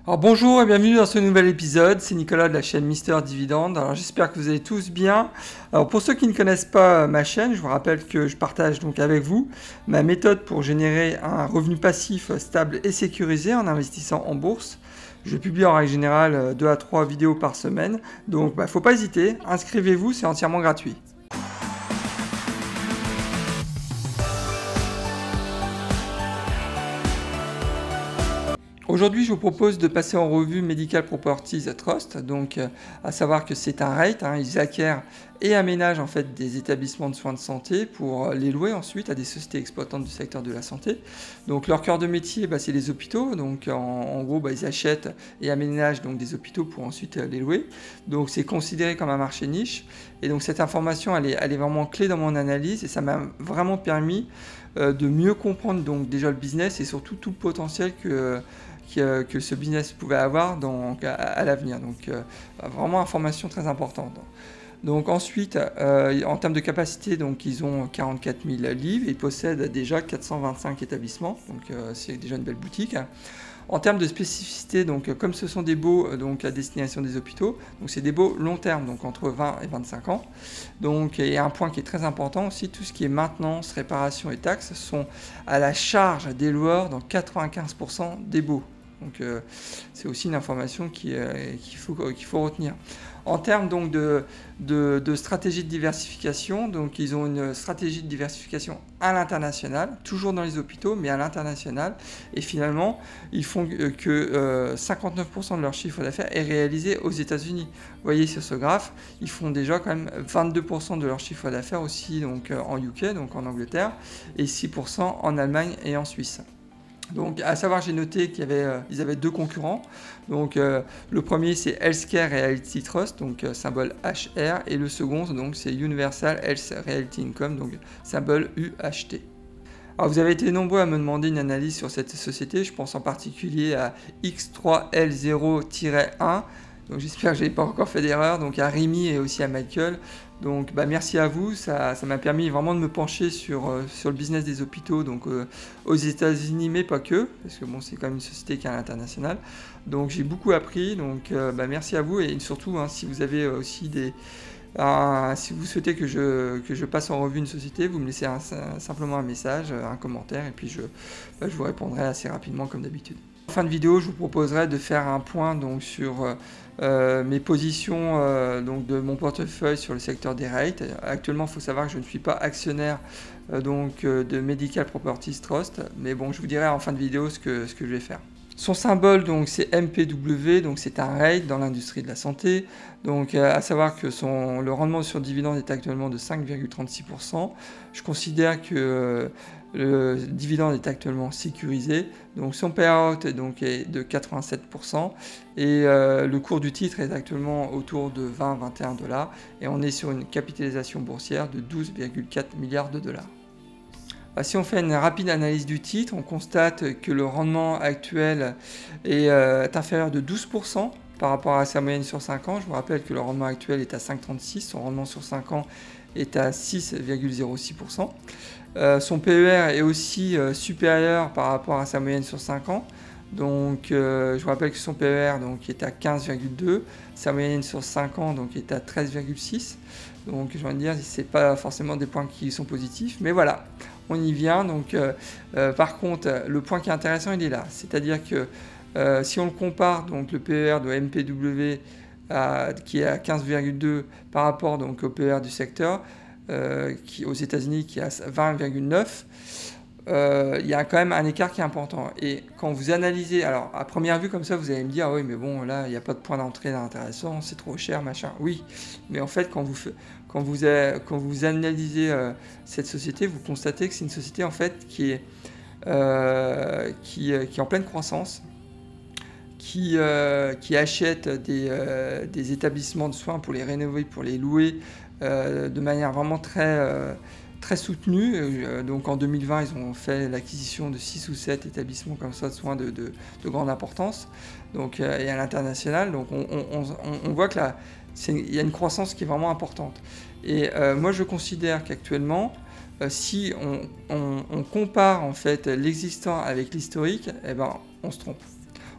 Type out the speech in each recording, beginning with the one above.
Alors bonjour et bienvenue dans ce nouvel épisode, c'est Nicolas de la chaîne Mister Dividende. Alors j'espère que vous allez tous bien. Alors pour ceux qui ne connaissent pas ma chaîne, je vous rappelle que je partage donc avec vous ma méthode pour générer un revenu passif stable et sécurisé en investissant en bourse. Je publie en règle générale 2 à 3 vidéos par semaine, donc faut pas hésiter, inscrivez-vous, c'est entièrement gratuit. Aujourd'hui, je vous propose de passer en revue Medical Properties Trust, donc à savoir que c'est un REIT, ils acquièrent et aménagent en fait des établissements de soins de santé pour les louer ensuite à des sociétés exploitantes du secteur de la santé. Donc leur cœur de métier, c'est les hôpitaux, donc en gros ils achètent et aménagent donc des hôpitaux pour ensuite les louer. Donc c'est considéré comme un marché niche, et donc cette information elle est vraiment clé dans mon analyse, et ça m'a vraiment permis de mieux comprendre donc déjà le business et surtout tout le potentiel que ce business pouvait avoir à l'avenir. Donc vraiment information très importante. Donc ensuite, en termes de capacité, donc ils ont 44 000 lits et ils possèdent déjà 425 établissements, donc c'est déjà une belle boutique. En termes de spécificité, donc comme ce sont des baux donc à destination des hôpitaux, donc c'est des baux long terme, donc entre 20 et 25 ans. Donc et un point qui est très important aussi, tout ce qui est maintenance, réparation et taxes sont à la charge des loueurs dans 95% des baux. Donc c'est aussi une information qu'il faut retenir. En termes donc de stratégie de diversification, donc ils ont une stratégie de diversification à l'international, toujours dans les hôpitaux, mais à l'international. Et finalement, ils font que 59% de leur chiffre d'affaires est réalisé aux États-Unis. Vous voyez sur ce graphe, ils font déjà quand même 22% de leur chiffre d'affaires aussi donc en UK, donc en Angleterre, et 6% en Allemagne et en Suisse. Donc, à savoir, j'ai noté qu'ils avaient deux concurrents. Donc, le premier, c'est Healthcare Reality Trust, donc symbole HR, et le second, donc, c'est Universal Health Reality Income, donc symbole UHT. Alors, vous avez été nombreux à me demander une analyse sur cette société. Je pense en particulier à X3L0-1. Donc, j'espère que je n'ai pas encore fait d'erreur. Donc, à Rémi et aussi à Michael. Donc merci à vous, ça m'a permis vraiment de me pencher sur le business des hôpitaux donc aux États-Unis, mais pas que, parce que bon, c'est quand même une société qui est à l'international. Donc j'ai beaucoup appris, donc merci à vous, et surtout si vous avez aussi si vous souhaitez que je passe en revue une société, vous me laissez simplement un message, un commentaire, et puis je vous répondrai assez rapidement comme d'habitude. En fin de vidéo, je vous proposerai de faire un point donc, sur mes positions donc, de mon portefeuille sur le secteur des REIT. Actuellement, il faut savoir que je ne suis pas actionnaire de Medical Properties Trust, mais bon, je vous dirai en fin de vidéo ce que je vais faire. Son symbole, donc, c'est MPW, donc c'est un REIT dans l'industrie de la santé. Donc, à savoir que le rendement sur dividende est actuellement de 5,36%. Je considère que le dividende est actuellement sécurisé. Donc, son payout est de 87%. Et le cours du titre est actuellement autour de 20-21 $. Et on est sur une capitalisation boursière de 12,4 milliards de dollars. Si on fait une rapide analyse du titre, on constate que le rendement actuel est inférieur de 12% par rapport à sa moyenne sur 5 ans. Je vous rappelle que le rendement actuel est à 5,36, son rendement sur 5 ans est à 6,06%. Son PER est aussi supérieur par rapport à sa moyenne sur 5 ans. Donc je vous rappelle que son PER est à 15,2, sa moyenne sur 5 ans est à 13,6. Donc j'ai envie de dire, ce n'est pas forcément des points qui sont positifs, mais voilà, on y vient. Donc par contre, le point qui est intéressant, il est là. C'est-à-dire que si on le compare, donc le PER de MPW qui est à 15,2 par rapport donc, au PER du secteur, aux États-Unis qui est à 20,9, il y a quand même un écart qui est important. Et quand vous analysez, alors à première vue comme ça, vous allez me dire, ah oui, mais bon, là, il n'y a pas de point d'entrée intéressant, c'est trop cher, machin. Oui, mais en fait, quand vous analysez cette société, vous constatez que c'est une société en fait qui est en pleine croissance, qui achète des établissements de soins pour les rénover, pour les louer de manière vraiment très soutenue. Donc en 2020, ils ont fait l'acquisition de 6 ou 7 établissements comme ça de soins de grande importance, donc, et à l'international. Donc on voit que là, il y a une croissance qui est vraiment importante. Et moi, je considère qu'actuellement, si on compare en fait l'existant avec l'historique, on se trompe.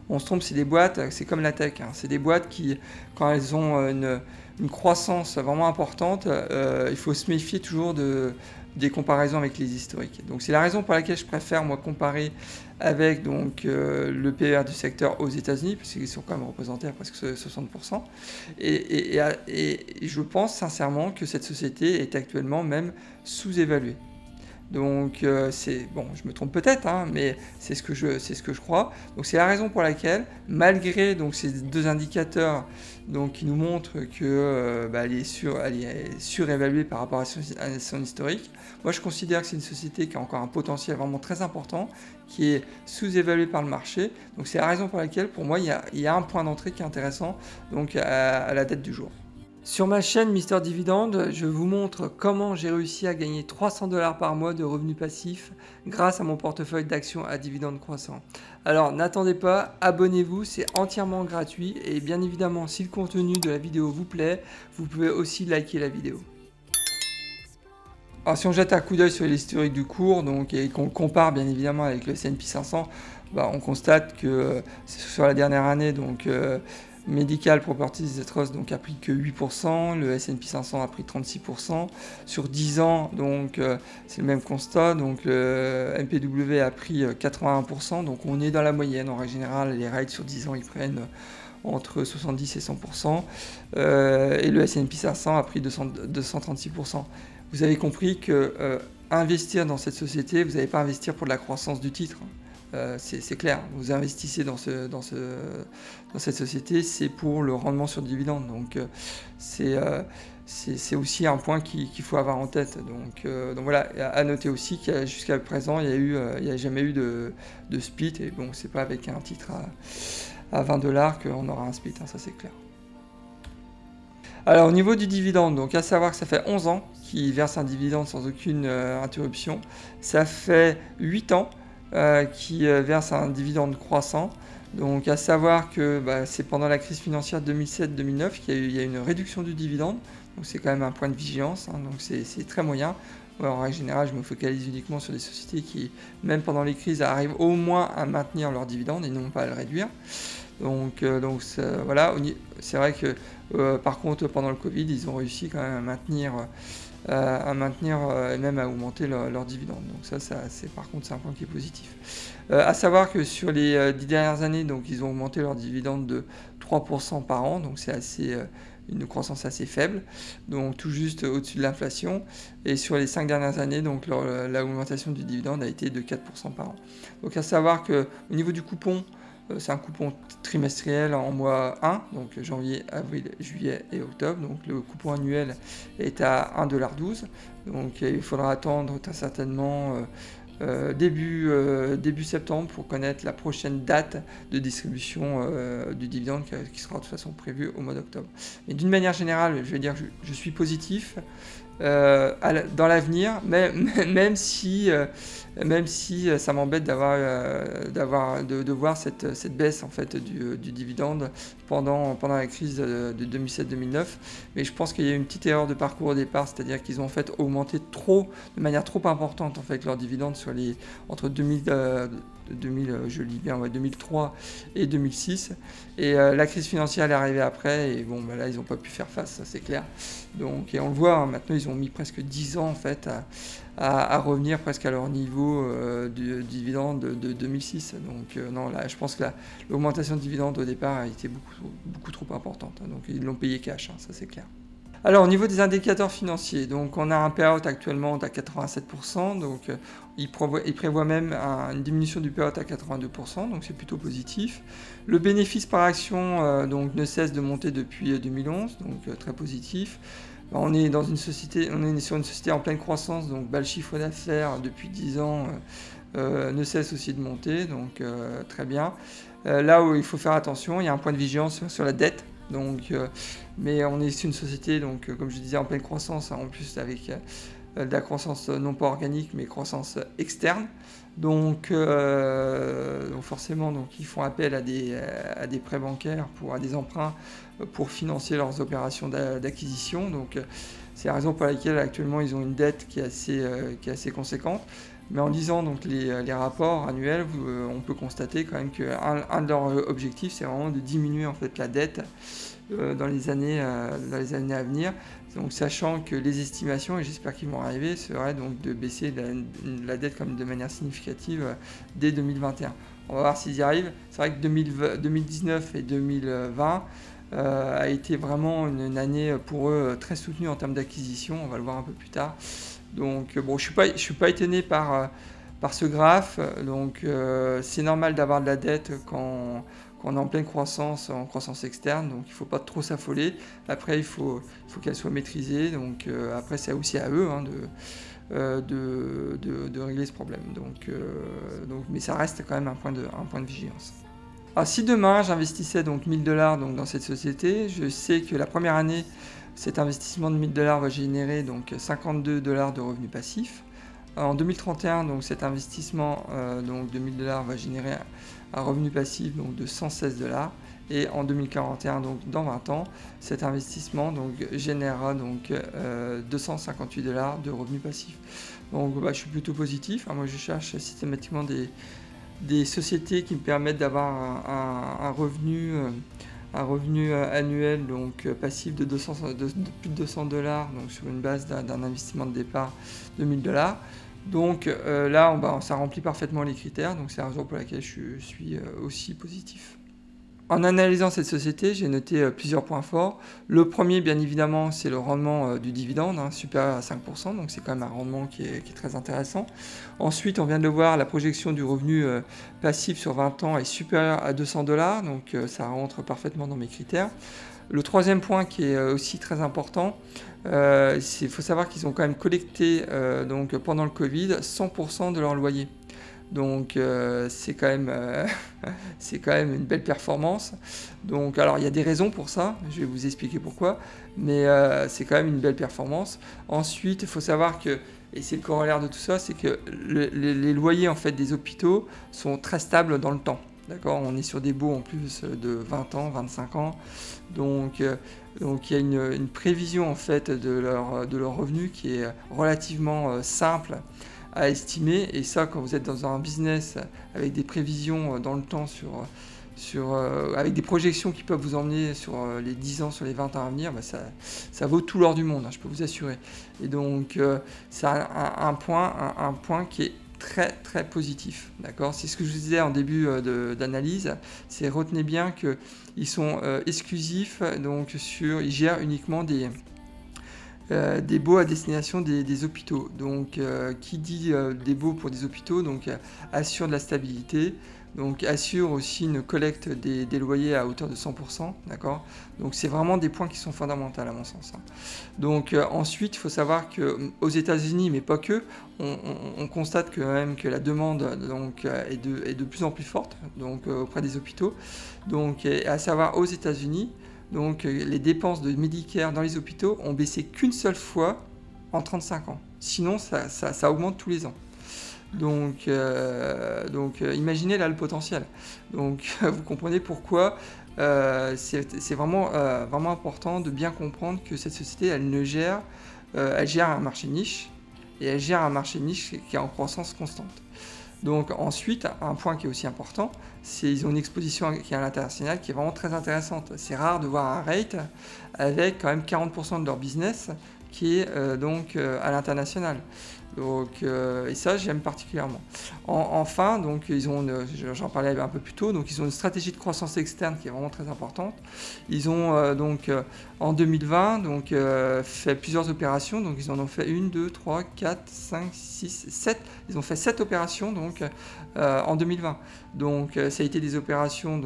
on se trompe, c'est des boîtes, c'est comme la tech, hein, c'est des boîtes qui, quand elles ont une croissance vraiment importante, il faut se méfier toujours des comparaisons avec les historiques. Donc c'est la raison pour laquelle je préfère moi comparer avec donc, le PER du secteur aux États-Unis, puisqu'ils sont quand même représentés à presque 60%. Et je pense sincèrement que cette société est actuellement même sous-évaluée. Donc c'est bon, je me trompe peut-être, hein, mais c'est ce que je crois. Donc c'est la raison pour laquelle, malgré donc ces deux indicateurs donc qui nous montrent que elle est surévaluée par rapport à son historique, moi je considère que c'est une société qui a encore un potentiel vraiment très important, qui est sous-évaluée par le marché. Donc c'est la raison pour laquelle, pour moi, il y a un point d'entrée qui est intéressant donc à la date du jour. Sur ma chaîne Mister Dividende, je vous montre comment j'ai réussi à gagner 300 $ par mois de revenus passifs grâce à mon portefeuille d'actions à dividendes croissants. Alors n'attendez pas, abonnez-vous, c'est entièrement gratuit et bien évidemment si le contenu de la vidéo vous plaît, vous pouvez aussi liker la vidéo. Alors si on jette un coup d'œil sur l'historique du cours donc, et qu'on compare bien évidemment avec le S&P 500, on constate que sur la dernière année, donc, Medical Properties Trust donc, a pris que 8%, le S&P 500 a pris 36%. Sur 10 ans, donc, c'est le même constat, donc le MPW a pris 81%, donc on est dans la moyenne. En règle générale, les rates sur 10 ans, ils prennent entre 70 et 100%, et le S&P 500 a pris 236%. Vous avez compris que investir dans cette société, vous n'allez pas investir pour de la croissance du titre. C'est clair, vous investissez dans cette société, c'est pour le rendement sur dividende. Donc c'est aussi un point qu'il faut avoir en tête. Donc voilà, à noter aussi qu'il jusqu'à présent, il n'y a jamais eu de split. Et bon, c'est pas avec un titre à 20 $ qu'on aura un split, hein, ça c'est clair. Alors au niveau du dividende, donc à savoir que ça fait 11 ans qu'il verse un dividende sans aucune interruption. Ça fait 8 ans qui verse un dividende croissant. Donc à savoir que c'est pendant la crise financière 2007-2009 qu'il y a eu une réduction du dividende. Donc c'est quand même un point de vigilance, hein, donc c'est très moyen. En règle générale, je me focalise uniquement sur des sociétés qui, même pendant les crises, arrivent au moins à maintenir leur dividende et non pas à le réduire. Donc voilà, c'est vrai que par contre pendant le Covid, ils ont réussi quand même à maintenir et même à augmenter leur dividende. Donc ça c'est par contre c'est un point qui est positif. À savoir que sur les 10 dernières années, donc ils ont augmenté leur dividende de 3% par an, donc c'est une croissance assez faible, donc tout juste au-dessus de l'inflation. Et sur les 5 dernières années, donc l'augmentation du dividende a été de 4% par an. Donc à savoir que au niveau du coupon, c'est un coupon trimestriel en mois 1, donc janvier, avril, juillet et octobre. Donc le coupon annuel est à 1,12 $. Donc il faudra attendre très certainement début septembre pour connaître la prochaine date de distribution du dividende qui sera de toute façon prévue au mois d'octobre. Mais d'une manière générale, je vais dire que je suis positif dans l'avenir, même si ça m'embête de voir cette baisse en fait du dividende pendant la crise de 2007-2009. Mais je pense qu'il y a eu une petite erreur de parcours au départ, c'est-à-dire qu'ils ont en fait augmenté de manière trop importante en fait leur dividende entre 2003 et 2006, et la crise financière est arrivée après, et bon là ils n'ont pas pu faire face, ça c'est clair. Donc, et on le voit, hein, maintenant ils ont mis presque 10 ans en fait à revenir presque à leur niveau du dividende de 2006. Donc non, là je pense que l'augmentation de dividende au départ a été beaucoup trop importante, hein, donc ils l'ont payé cash, hein, ça c'est clair. Alors au niveau des indicateurs financiers, donc on a un payout actuellement à 87%, donc il prévoit même une diminution du payout à 82%, donc c'est plutôt positif. Le bénéfice par action donc ne cesse de monter depuis 2011, donc très positif. On est sur une société en pleine croissance, donc le chiffre d'affaires depuis 10 ans ne cesse aussi de monter, donc très bien. Là où il faut faire attention, il y a un point de vigilance sur la dette. Donc, mais on est sur une société, donc, comme je disais, en pleine croissance, hein, en plus avec de la croissance non pas organique, mais croissance externe. Donc forcément, ils font appel à des prêts bancaires, à des emprunts pour financer leurs opérations d'acquisition. Donc C'est la raison pour laquelle actuellement ils ont une dette qui est assez conséquente. Mais en lisant donc les rapports annuels, on peut constater quand même qu'un de leurs objectifs, c'est vraiment de diminuer en fait la dette dans les années à venir. Donc sachant que les estimations, et j'espère qu'ils vont arriver, seraient donc de baisser la dette comme de manière significative dès 2021. On va voir s'ils y arrivent. C'est vrai que 2019 et 2020 a été vraiment une année pour eux très soutenue en termes d'acquisition. On va le voir un peu plus tard. Donc bon, je suis pas étonné par ce graphe. Donc c'est normal d'avoir de la dette quand on est en pleine croissance, en croissance externe. Donc il ne faut pas trop s'affoler. Après, il faut qu'elle soit maîtrisée. Donc après, c'est aussi à eux de régler ce problème. Mais ça reste quand même un point de vigilance. Alors si demain j'investissais donc 1000 $ donc dans cette société, je sais que la première année, cet investissement de 1000 $ va générer donc 52 $ de revenus passifs. En 2031, donc cet investissement donc de 1000 $ va générer un revenu passif donc de 116 $. Et en 2041, donc dans 20 ans, cet investissement donc générera donc 258 $ de revenus passifs. Donc je suis plutôt positif. Moi je cherche systématiquement des sociétés qui me permettent d'avoir un revenu annuel donc passif de plus de 200 $, donc sur une base d'un investissement de départ de 1000 $. Donc là, ça remplit parfaitement les critères, donc c'est la raison pour laquelle je suis aussi positif. En analysant cette société, j'ai noté plusieurs points forts. Le premier, bien évidemment, c'est le rendement du dividende, supérieur à 5%, donc c'est quand même un rendement qui est très intéressant. Ensuite, on vient de le voir, la projection du revenu passif sur 20 ans est supérieure à 200 $, donc ça rentre parfaitement dans mes critères. Le troisième point qui est aussi très important, il faut savoir qu'ils ont quand même collecté donc, pendant le Covid 100% de leur loyer. Donc c'est quand même une belle performance. Donc alors il y a des raisons pour ça, je vais vous expliquer pourquoi, mais c'est quand même une belle performance. Ensuite, il faut savoir que, et c'est le corollaire de tout ça, c'est que les loyers en fait des hôpitaux sont très stables dans le temps. D'accord, on est sur des baux en plus de 20 ans, 25 ans. Donc il y a une prévision en fait de leur revenu qui est relativement simple à estimer, et ça, quand vous êtes dans un business avec des prévisions dans le temps avec des projections qui peuvent vous emmener sur les 10 ans, sur les 20 ans à venir, ça vaut tout l'or du monde, je peux vous assurer. Et donc c'est un point qui est très très positif, d'accord. C'est ce que je vous disais en début d'analyse, c'est retenez bien qu'ils sont exclusifs, donc ils gèrent uniquement des baux à destination des hôpitaux. Donc qui dit des baux pour des hôpitaux, donc assure de la stabilité, donc assure aussi une collecte des loyers à hauteur de 100%, d'accord. Donc c'est vraiment des points qui sont fondamentaux à mon sens. Donc ensuite, il faut savoir qu'aux États-Unis, mais pas que, on constate quand même que la demande donc, est de plus en plus forte donc, auprès des hôpitaux. Donc à savoir aux États-Unis, donc les dépenses de Medicare dans les hôpitaux ont baissé qu'une seule fois en 35 ans. Sinon, ça augmente tous les ans. Donc imaginez là le potentiel. Donc vous comprenez pourquoi c'est vraiment important de bien comprendre que cette société, elle gère un marché niche, et elle gère un marché niche qui est en croissance constante. Donc ensuite, un point qui est aussi important, c'est qu'ils ont une exposition qui est à l'international qui est vraiment très intéressante. C'est rare de voir un rate avec quand même 40% de leur business qui est à l'international. Donc, et ça, j'aime particulièrement. Enfin, donc, j'en parlais un peu plus tôt, donc ils ont une stratégie de croissance externe qui est vraiment très importante. Ils ont en 2020 fait plusieurs opérations, donc ils en ont fait 1, 2, 3, 4, 5, 6, 7. Ils ont fait 7 opérations en 2020. Donc ça a été des opérations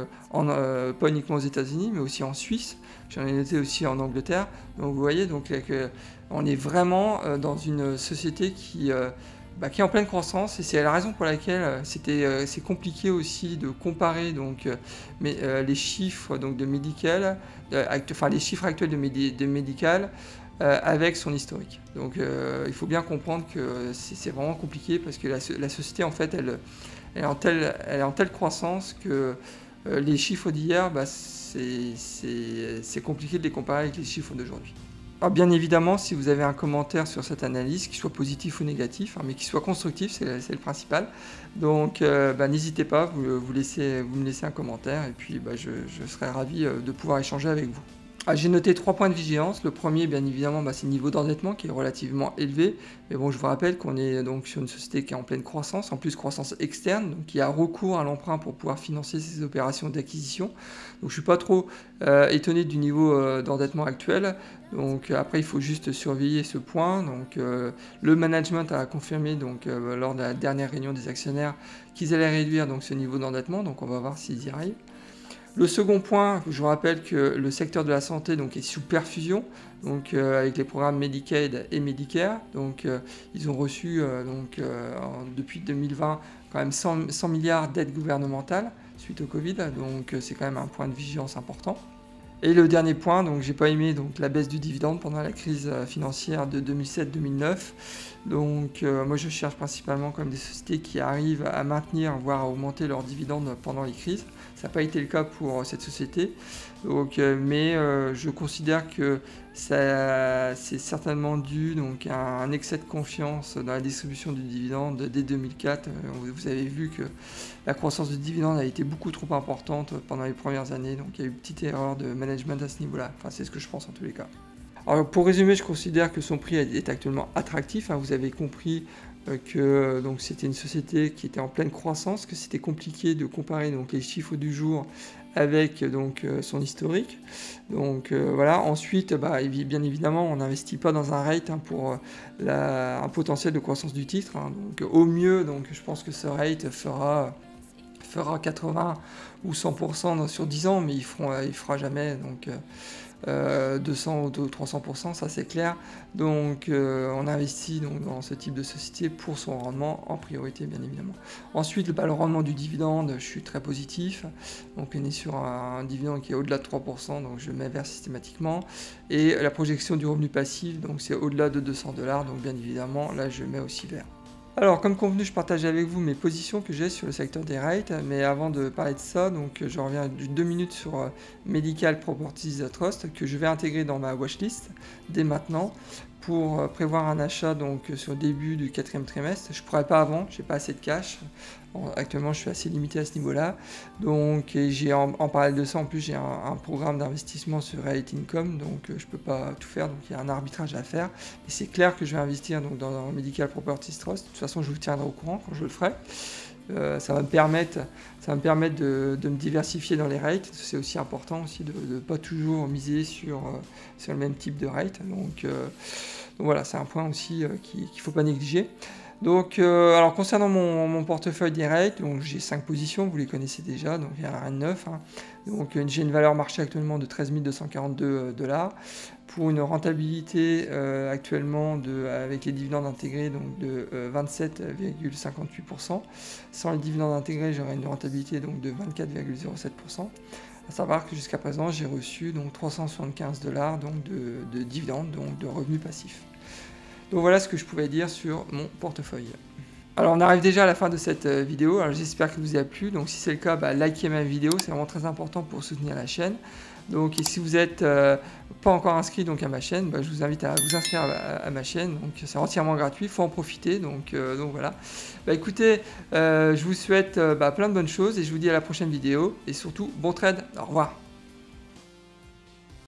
pas uniquement aux États-Unis, mais aussi en Suisse. J'en ai noté aussi en Angleterre. Donc vous voyez, on est vraiment dans une société qui est en pleine croissance, et c'est la raison pour laquelle c'est compliqué aussi de comparer les chiffres de Medical, les chiffres actuels de Medical avec son historique. Donc il faut bien comprendre que c'est vraiment compliqué, parce que la société en fait elle est en telle croissance que les chiffres d'hier, c'est compliqué de les comparer avec les chiffres d'aujourd'hui. Alors bien évidemment, si vous avez un commentaire sur cette analyse, qu'il soit positif ou négatif, hein, mais qu'il soit constructif, c'est le principal. Donc n'hésitez pas, vous me laissez un commentaire et puis je serai ravi de pouvoir échanger avec vous. Ah, j'ai noté 3 points de vigilance. Le premier, bien évidemment, c'est le niveau d'endettement qui est relativement élevé. Mais bon, je vous rappelle qu'on est donc sur une société qui est en pleine croissance, en plus croissance externe, donc qui a recours à l'emprunt pour pouvoir financer ses opérations d'acquisition. Donc je suis pas trop étonné du niveau d'endettement actuel. Donc après, il faut juste surveiller ce point. Donc le management a confirmé lors de la dernière réunion des actionnaires qu'ils allaient réduire donc ce niveau d'endettement. Donc on va voir s'ils y arrivent. Le second point, je vous rappelle que le secteur de la santé est sous perfusion, avec les programmes Medicaid et Medicare. Ils ont reçu depuis 2020 quand même 100 milliards d'aides gouvernementales suite au Covid, donc c'est quand même un point de vigilance important. Et le dernier point, j'ai pas aimé la baisse du dividende pendant la crise financière de 2007-2009. Moi je cherche principalement comme des sociétés qui arrivent à maintenir, voire à augmenter leurs dividendes pendant les crises. Ça n'a pas été le cas pour cette société. Mais je considère que c'est certainement dû à un excès de confiance dans la distribution du dividende dès 2004. Vous avez vu que la croissance du dividende a été beaucoup trop importante pendant les premières années. Donc il y a eu une petite erreur de management à ce niveau-là. Enfin, c'est ce que je pense en tous les cas. Alors, pour résumer, je considère que son prix est actuellement attractif. Vous avez compris que c'était une société qui était en pleine croissance, que c'était compliqué de comparer les chiffres du jour avec son historique. Voilà. Ensuite, bien évidemment, on n'investit pas dans un rate pour un potentiel de croissance du titre. Au mieux, je pense que ce rate fera 80 ou 100% sur 10 ans, mais il fera jamais 200 ou 300%, ça c'est clair. On investit dans ce type de société pour son rendement en priorité, bien évidemment. Ensuite, le rendement du dividende, je suis très positif. On est sur un dividende qui est au-delà de 3%, donc je mets vert systématiquement. Et la projection du revenu passif, c'est au-delà de $200, donc bien évidemment, là je mets aussi vert. Alors, comme convenu, je partage avec vous mes positions que j'ai sur le secteur des REIT, mais avant de parler de ça, je reviens 2 minutes sur Medical Properties Trust, que je vais intégrer dans ma watchlist dès maintenant, pour prévoir un achat sur le début du 4e trimestre. Je ne pourrais pas avant, j'ai pas assez de cash. Actuellement, je suis assez limité à ce niveau-là. Et j'ai en parallèle de ça, en plus, j'ai un programme d'investissement sur Rate Income, je ne peux pas tout faire, donc il y a un arbitrage à faire. Mais c'est clair que je vais investir dans Medical Properties Trust. De toute façon, je vous tiendrai au courant quand je le ferai. Ça va me permettre de me diversifier dans les rates. C'est aussi important aussi de ne pas toujours miser sur le même type de rate. Donc voilà, c'est un point aussi qu'il ne faut pas négliger. Alors concernant mon portefeuille des rates, j'ai 5 positions, vous les connaissez déjà, donc il n'y a rien de neuf. J'ai une valeur marché actuellement de 13 242 $, pour une rentabilité actuellement avec les dividendes intégrés de 27,58%. Sans les dividendes intégrés, j'aurai une rentabilité de 24,07%. À savoir que jusqu'à présent, j'ai reçu 375 $ de dividendes, de revenus passifs. Donc voilà ce que je pouvais dire sur mon portefeuille. Alors on arrive déjà à la fin de cette vidéo, alors j'espère que vous a plu. Donc si c'est le cas, likez ma vidéo, c'est vraiment très important pour soutenir la chaîne. Et si vous n'êtes pas encore inscrit à ma chaîne, je vous invite à vous inscrire à ma chaîne. C'est entièrement gratuit, il faut en profiter. Donc voilà. Écoutez, je vous souhaite plein de bonnes choses et je vous dis à la prochaine vidéo. Et surtout, bon trade, au revoir.